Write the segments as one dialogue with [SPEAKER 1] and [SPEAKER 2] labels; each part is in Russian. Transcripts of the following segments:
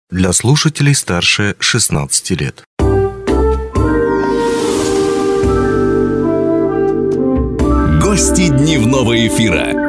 [SPEAKER 1] Для слушателей старше 16 лет.
[SPEAKER 2] Гости дневного эфира.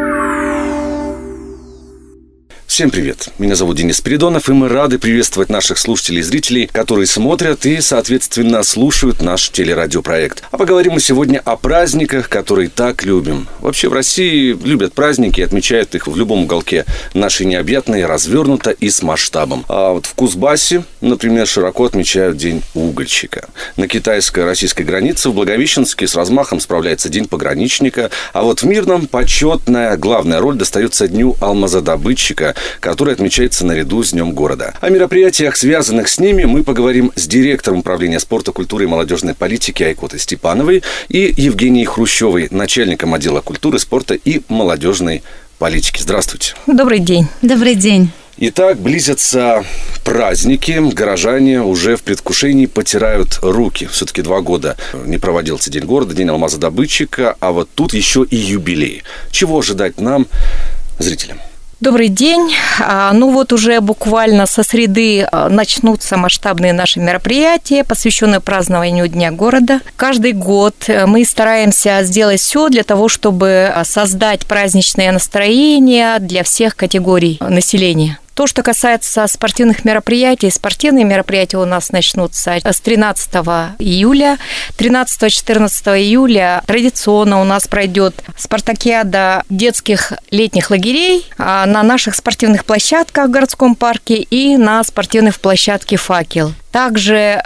[SPEAKER 3] Всем привет! Меня зовут Денис Спиридонов, и мы рады приветствовать наших слушателей и зрителей, которые смотрят и, соответственно, слушают наш телерадиопроект. А поговорим мы сегодня о праздниках, которые так любим. Вообще в России любят праздники и отмечают их в любом уголке нашей необъятной, развернуто и с масштабом. А вот в Кузбассе, например, широко отмечают День угольщика. На китайско-российской границе в Благовещенске с размахом справляется День пограничника, а вот в Мирном почетная главная роль достается Дню алмазодобытчика, который отмечается наряду с Днем города. О мероприятиях, связанных с ними, мы поговорим с директором управления спорта, культуры и молодежной политики Айкотой Степановой и Евгенией Хрущевой, начальником отдела культуры, спорта и молодежной политики. Здравствуйте.
[SPEAKER 4] Добрый день. Добрый день.
[SPEAKER 3] Итак, близятся праздники, горожане уже в предвкушении потирают руки. Все-таки 2 года не проводился День города, День алмазодобытчика, а вот тут еще и юбилей. Чего ожидать нам, зрителям?
[SPEAKER 4] Добрый день. Вот уже буквально со среды начнутся масштабные наши мероприятия, посвященные празднованию Дня города. Каждый год мы стараемся сделать все для того, чтобы создать праздничное настроение для всех категорий населения. То, что касается спортивных мероприятий, спортивные мероприятия у нас начнутся с 13 июля. 13-14 июля традиционно у нас пройдет спартакиада детских летних лагерей на наших спортивных площадках в городском парке и на спортивной площадке «Факел». Также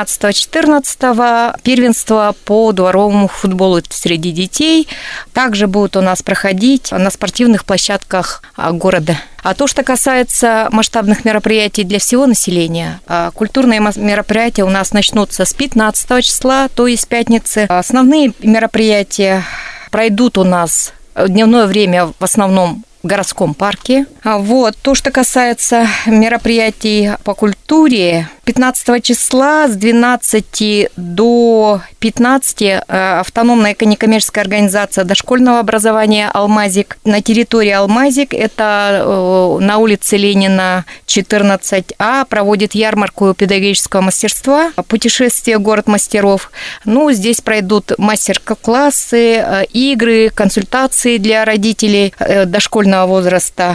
[SPEAKER 4] 13-14 первенство по дворовому футболу среди детей также будут у нас проходить на спортивных площадках города. А то, что касается масштабных мероприятий для всего населения, культурные мероприятия у нас начнутся с 15 числа, то есть пятницы. Основные мероприятия пройдут у нас в дневное время в основном в городском парке. То, что касается мероприятий по культуре, 15 числа с 12 до 15 автономная некоммерческая организация дошкольного образования «Алмазик» на территории «Алмазик», это на улице Ленина, 14А, проводит ярмарку педагогического мастерства «Путешествие в город мастеров». Здесь пройдут мастер-классы, игры, консультации для родителей дошкольного возраста.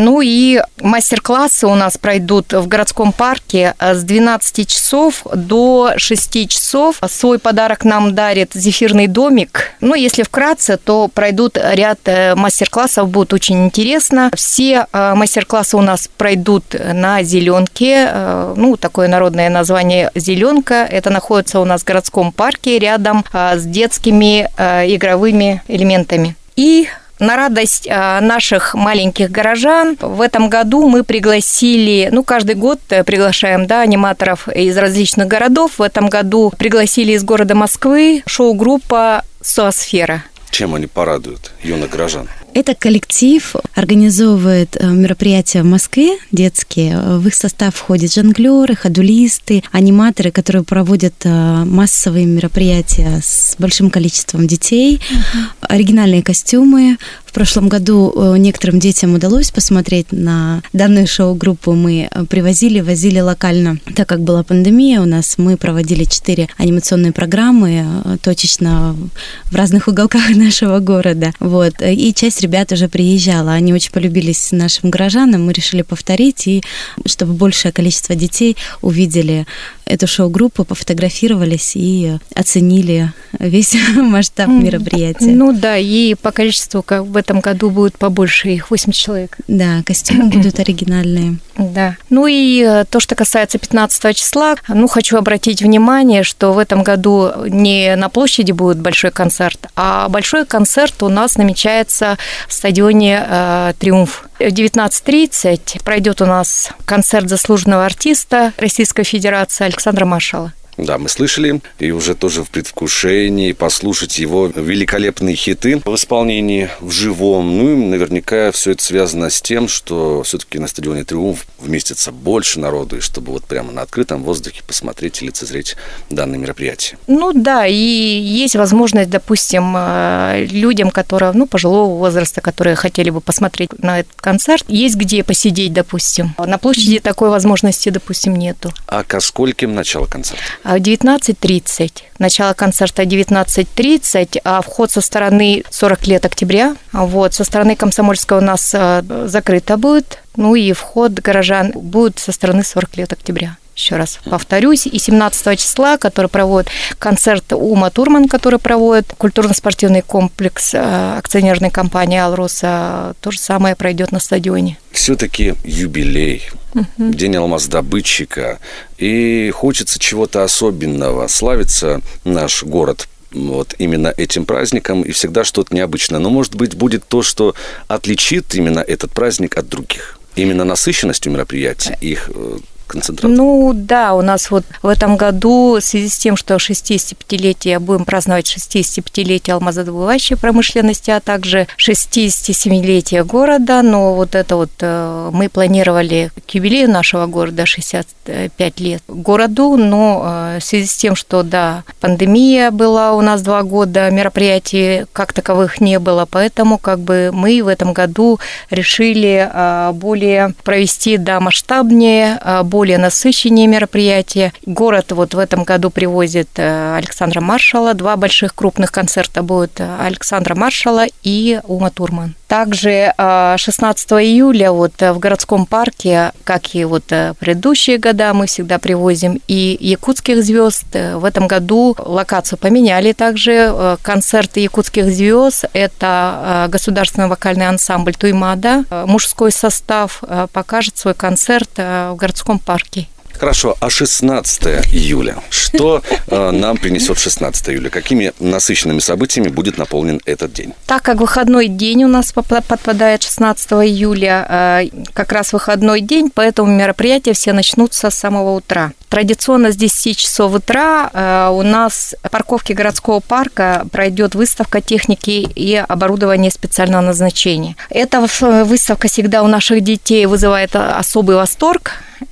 [SPEAKER 4] И мастер-классы у нас пройдут в городском парке с 12 часов до 6 часов. Свой подарок нам дарит зефирный домик. Если вкратце, то пройдут ряд мастер-классов, будет очень интересно. Все мастер-классы у нас пройдут на «Зеленке». Такое народное название «Зеленка». Это находится у нас в городском парке рядом с детскими игровыми элементами. И на радость наших маленьких горожан в этом году мы пригласили, каждый год приглашаем аниматоров из различных городов. В этом году пригласили из города Москвы шоу-группа «Суасфера».
[SPEAKER 3] Чем они порадуют юных горожан?
[SPEAKER 5] Это коллектив организовывает мероприятия в Москве детские. В их состав входят жонглеры, ходулисты, аниматоры, которые проводят массовые мероприятия с большим количеством детей, оригинальные костюмы. В прошлом году некоторым детям удалось посмотреть на данную шоу-группу. Мы возили локально. Так как была пандемия у нас, мы проводили 4 анимационные программы точечно в разных уголках нашего города. И часть ребят уже приезжала. Они очень полюбились нашим горожанам. Мы решили повторить, и чтобы большее количество детей увидели эту шоу-группу, пофотографировались и оценили весь масштаб мероприятия.
[SPEAKER 4] И по количеству в этом году будет побольше, их 80 человек.
[SPEAKER 5] Да, костюмы будут оригинальные.
[SPEAKER 4] Да. И то, что касается 15 числа, хочу обратить внимание, что в этом году не на площади будет большой концерт, а большой концерт у нас намечается в стадионе «Триумф». В 19:30 пройдет у нас концерт заслуженного артиста Российской Федерации Александра Маршала.
[SPEAKER 3] Да, мы слышали, и уже тоже в предвкушении послушать его великолепные хиты в исполнении в живом. Ну и наверняка все это связано с тем, что все-таки на стадионе «Триумф» вместится больше народу, и чтобы вот прямо на открытом воздухе посмотреть и лицезреть данное мероприятие.
[SPEAKER 4] Ну да, и есть возможность, допустим, людям, которые, пожилого возраста, которые хотели бы посмотреть на этот концерт, есть где посидеть, допустим. На площади такой возможности, допустим, нету.
[SPEAKER 3] А ко скольким начало концерта?
[SPEAKER 4] В 19:30. Начало концерта 19:30, а вход со стороны 40 лет октября. Вот, со стороны Комсомольского у нас закрыто будет. Ну и вход горожан будет со стороны 40 лет октября. Еще раз повторюсь. И 17 числа, который проводит концерт Ума Турман, который проводит культурно-спортивный комплекс акционерной компании «Алроса», то же самое пройдет на стадионе.
[SPEAKER 3] Все-таки юбилей, День алмаздобытчика, и хочется чего-то особенного. Славится наш город вот именно этим праздником, и всегда что-то необычное. Но, может быть, будет то, что отличит именно этот праздник от других. Именно насыщенностью мероприятий, их концентрация.
[SPEAKER 4] Ну да, у нас вот в этом году в связи с тем, что 65-летие, будем праздновать 65-летие алмазодобывающей промышленности, а также 67-летие города, но вот это вот мы планировали к юбилею нашего города 65 лет городу, но в связи с тем, что да, пандемия была у нас 2 года, мероприятий как таковых не было, поэтому как бы мы в этом году решили более провести, да, масштабнее, более насыщеннее мероприятия. Город вот в этом году привозит Александра Маршала. 2 больших крупных концерта будет Александра Маршала и Ума Турман. Также 16 июля вот в городском парке, как и вот предыдущие года, мы всегда привозим и якутских звезд. В этом году локацию поменяли также. Концерты якутских звезд – это государственный вокальный ансамбль «Туймада». Мужской состав покажет свой концерт в городском парке.
[SPEAKER 3] Хорошо, а 16 июля? Что нам принесет 16 июля? Какими насыщенными событиями будет наполнен этот день?
[SPEAKER 4] Так как выходной день у нас подпадает 16 июля, как раз выходной день, поэтому мероприятия все начнутся с самого утра. Традиционно с 10 часов утра у нас в парковке городского парка пройдет выставка техники и оборудования специального назначения. Эта выставка всегда у наших детей вызывает особый восторг.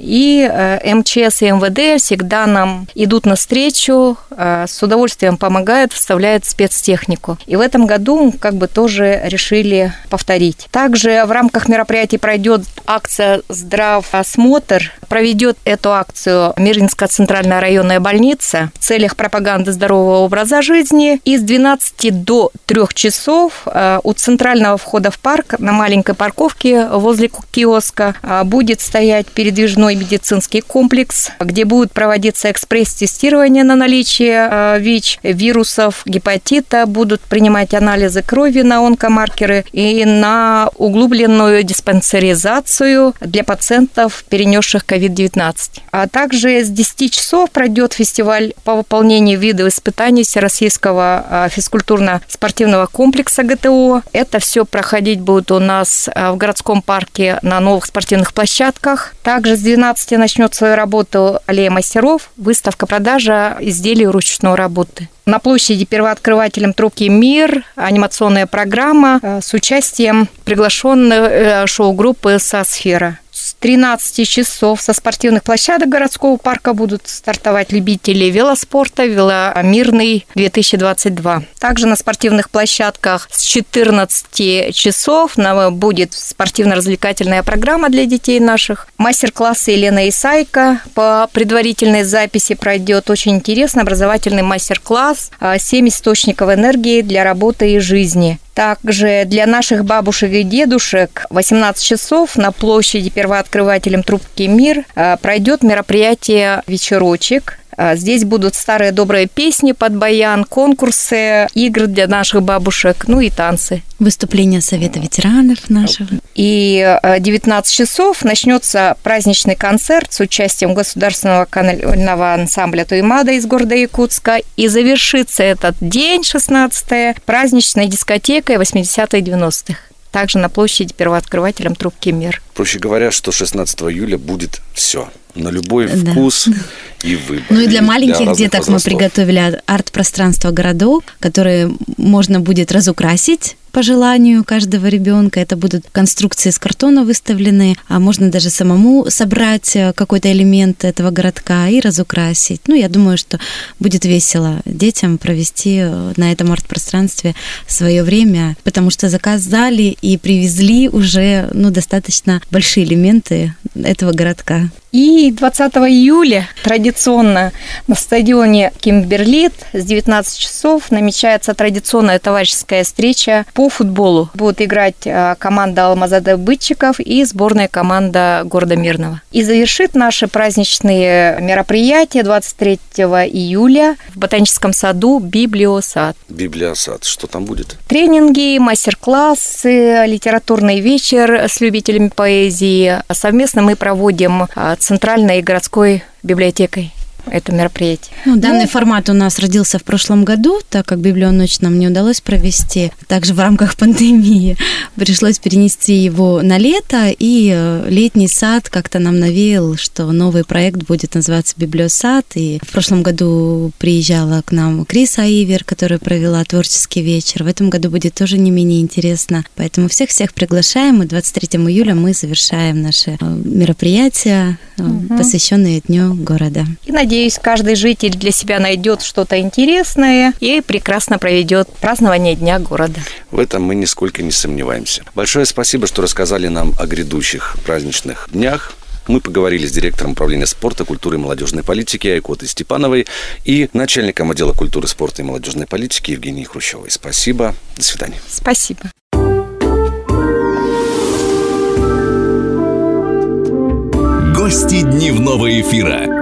[SPEAKER 4] И МЧС и МВД всегда нам идут навстречу, с удовольствием помогают, вставляют спецтехнику. И в этом году как бы тоже решили повторить. Также в рамках мероприятий пройдет акция «Здравосмотр». Проведет эту акцию Мирнинская центральная районная больница в целях пропаганды здорового образа жизни. И с 12 до 3 часов у центрального входа в парк на маленькой парковке возле киоска будет стоять передвижной медицинский комплекс, где будет проводиться экспресс-тестирование на наличие ВИЧ, вирусов, гепатита, будут принимать анализы крови на онкомаркеры и на углубленную диспансеризацию для пациентов, перенесших COVID-19. А также с 10 часов пройдет фестиваль по выполнению видов испытаний Всероссийского физкультурно-спортивного комплекса ГТО. Это все проходить будет у нас в городском парке на новых спортивных площадках. Также с 12 начнет свою работу аллея мастеров, выставка-продажа изделий ручной работы. На площади первооткрывателем труппы «Мир» анимационная программа с участием приглашенной шоу-группы «Сосфера». С 13 часов со спортивных площадок городского парка будут стартовать любители велоспорта «Веломирный 2022». Также на спортивных площадках с 14 часов будет спортивно-развлекательная программа для детей наших. Мастер-классы Елена Исайко по предварительной записи пройдет очень интересный образовательный мастер-класс «7 источников энергии для работы и жизни». Также для наших бабушек и дедушек в 18 часов на площади первооткрывателем труппы «Мир» пройдет мероприятие «Вечерочек». Здесь будут старые добрые песни под баян, конкурсы, игры для наших бабушек, ну и танцы.
[SPEAKER 5] Выступление Совета ветеранов нашего.
[SPEAKER 4] И 19 часов начнется праздничный концерт с участием государственного вокального ансамбля «Туймада» из города Якутска. И завершится этот день, 16-е, праздничной дискотекой 80-х и 90-х. Также на площади первооткрывателем труппы «Мир».
[SPEAKER 3] Проще говоря, что 16 июля будет все. На любой вкус и выбор.
[SPEAKER 5] Ну и для маленьких
[SPEAKER 3] для
[SPEAKER 5] деток
[SPEAKER 3] возрастов.
[SPEAKER 5] мы приготовили арт-пространство городов, которые можно будет разукрасить по желанию каждого ребенка. Это будут конструкции из картона выставлены, а можно даже самому собрать какой-то элемент этого городка и разукрасить. Ну, я думаю, что будет весело детям провести на этом арт-пространстве свое время, потому что заказали и привезли уже достаточно большие элементы этого городка.
[SPEAKER 4] И 20 июля традиционно на стадионе Кимберлит с 19 часов намечается традиционная товарищеская встреча по футболу. Будут играть команда алмазодобытчиков и сборная команда города Мирного. И завершит наши праздничные мероприятия 23 июля в ботаническом саду «Библиосад».
[SPEAKER 3] Библиосад. Что там будет?
[SPEAKER 4] Тренинги, мастер-классы, литературный вечер с любителями поэзии. Совместно мы проводим центральной и городской библиотекой это мероприятие.
[SPEAKER 5] Данный формат у нас родился в прошлом году, так как библионочь нам не удалось провести. Также в рамках пандемии пришлось перенести его на лето, и летний сад как-то нам навеял, что новый проект будет называться «Библиосад». И в прошлом году приезжала к нам Крис Аивер, которая провела творческий вечер. В этом году будет тоже не менее интересно. Поэтому всех-всех приглашаем. И 23 июля мы завершаем наши мероприятия, посвященные Дню города.
[SPEAKER 4] И надеюсь, каждый житель для себя найдет что-то интересное и прекрасно проведет празднование Дня города.
[SPEAKER 3] В этом мы нисколько не сомневаемся. Большое спасибо, что рассказали нам о грядущих праздничных днях. Мы поговорили с директором управления спорта, культуры и молодежной политики Айкотой Степановой и начальником отдела культуры, спорта и молодежной политики Евгенией Хрущевой. Спасибо. До свидания.
[SPEAKER 4] Спасибо.
[SPEAKER 2] Гости дневного эфира.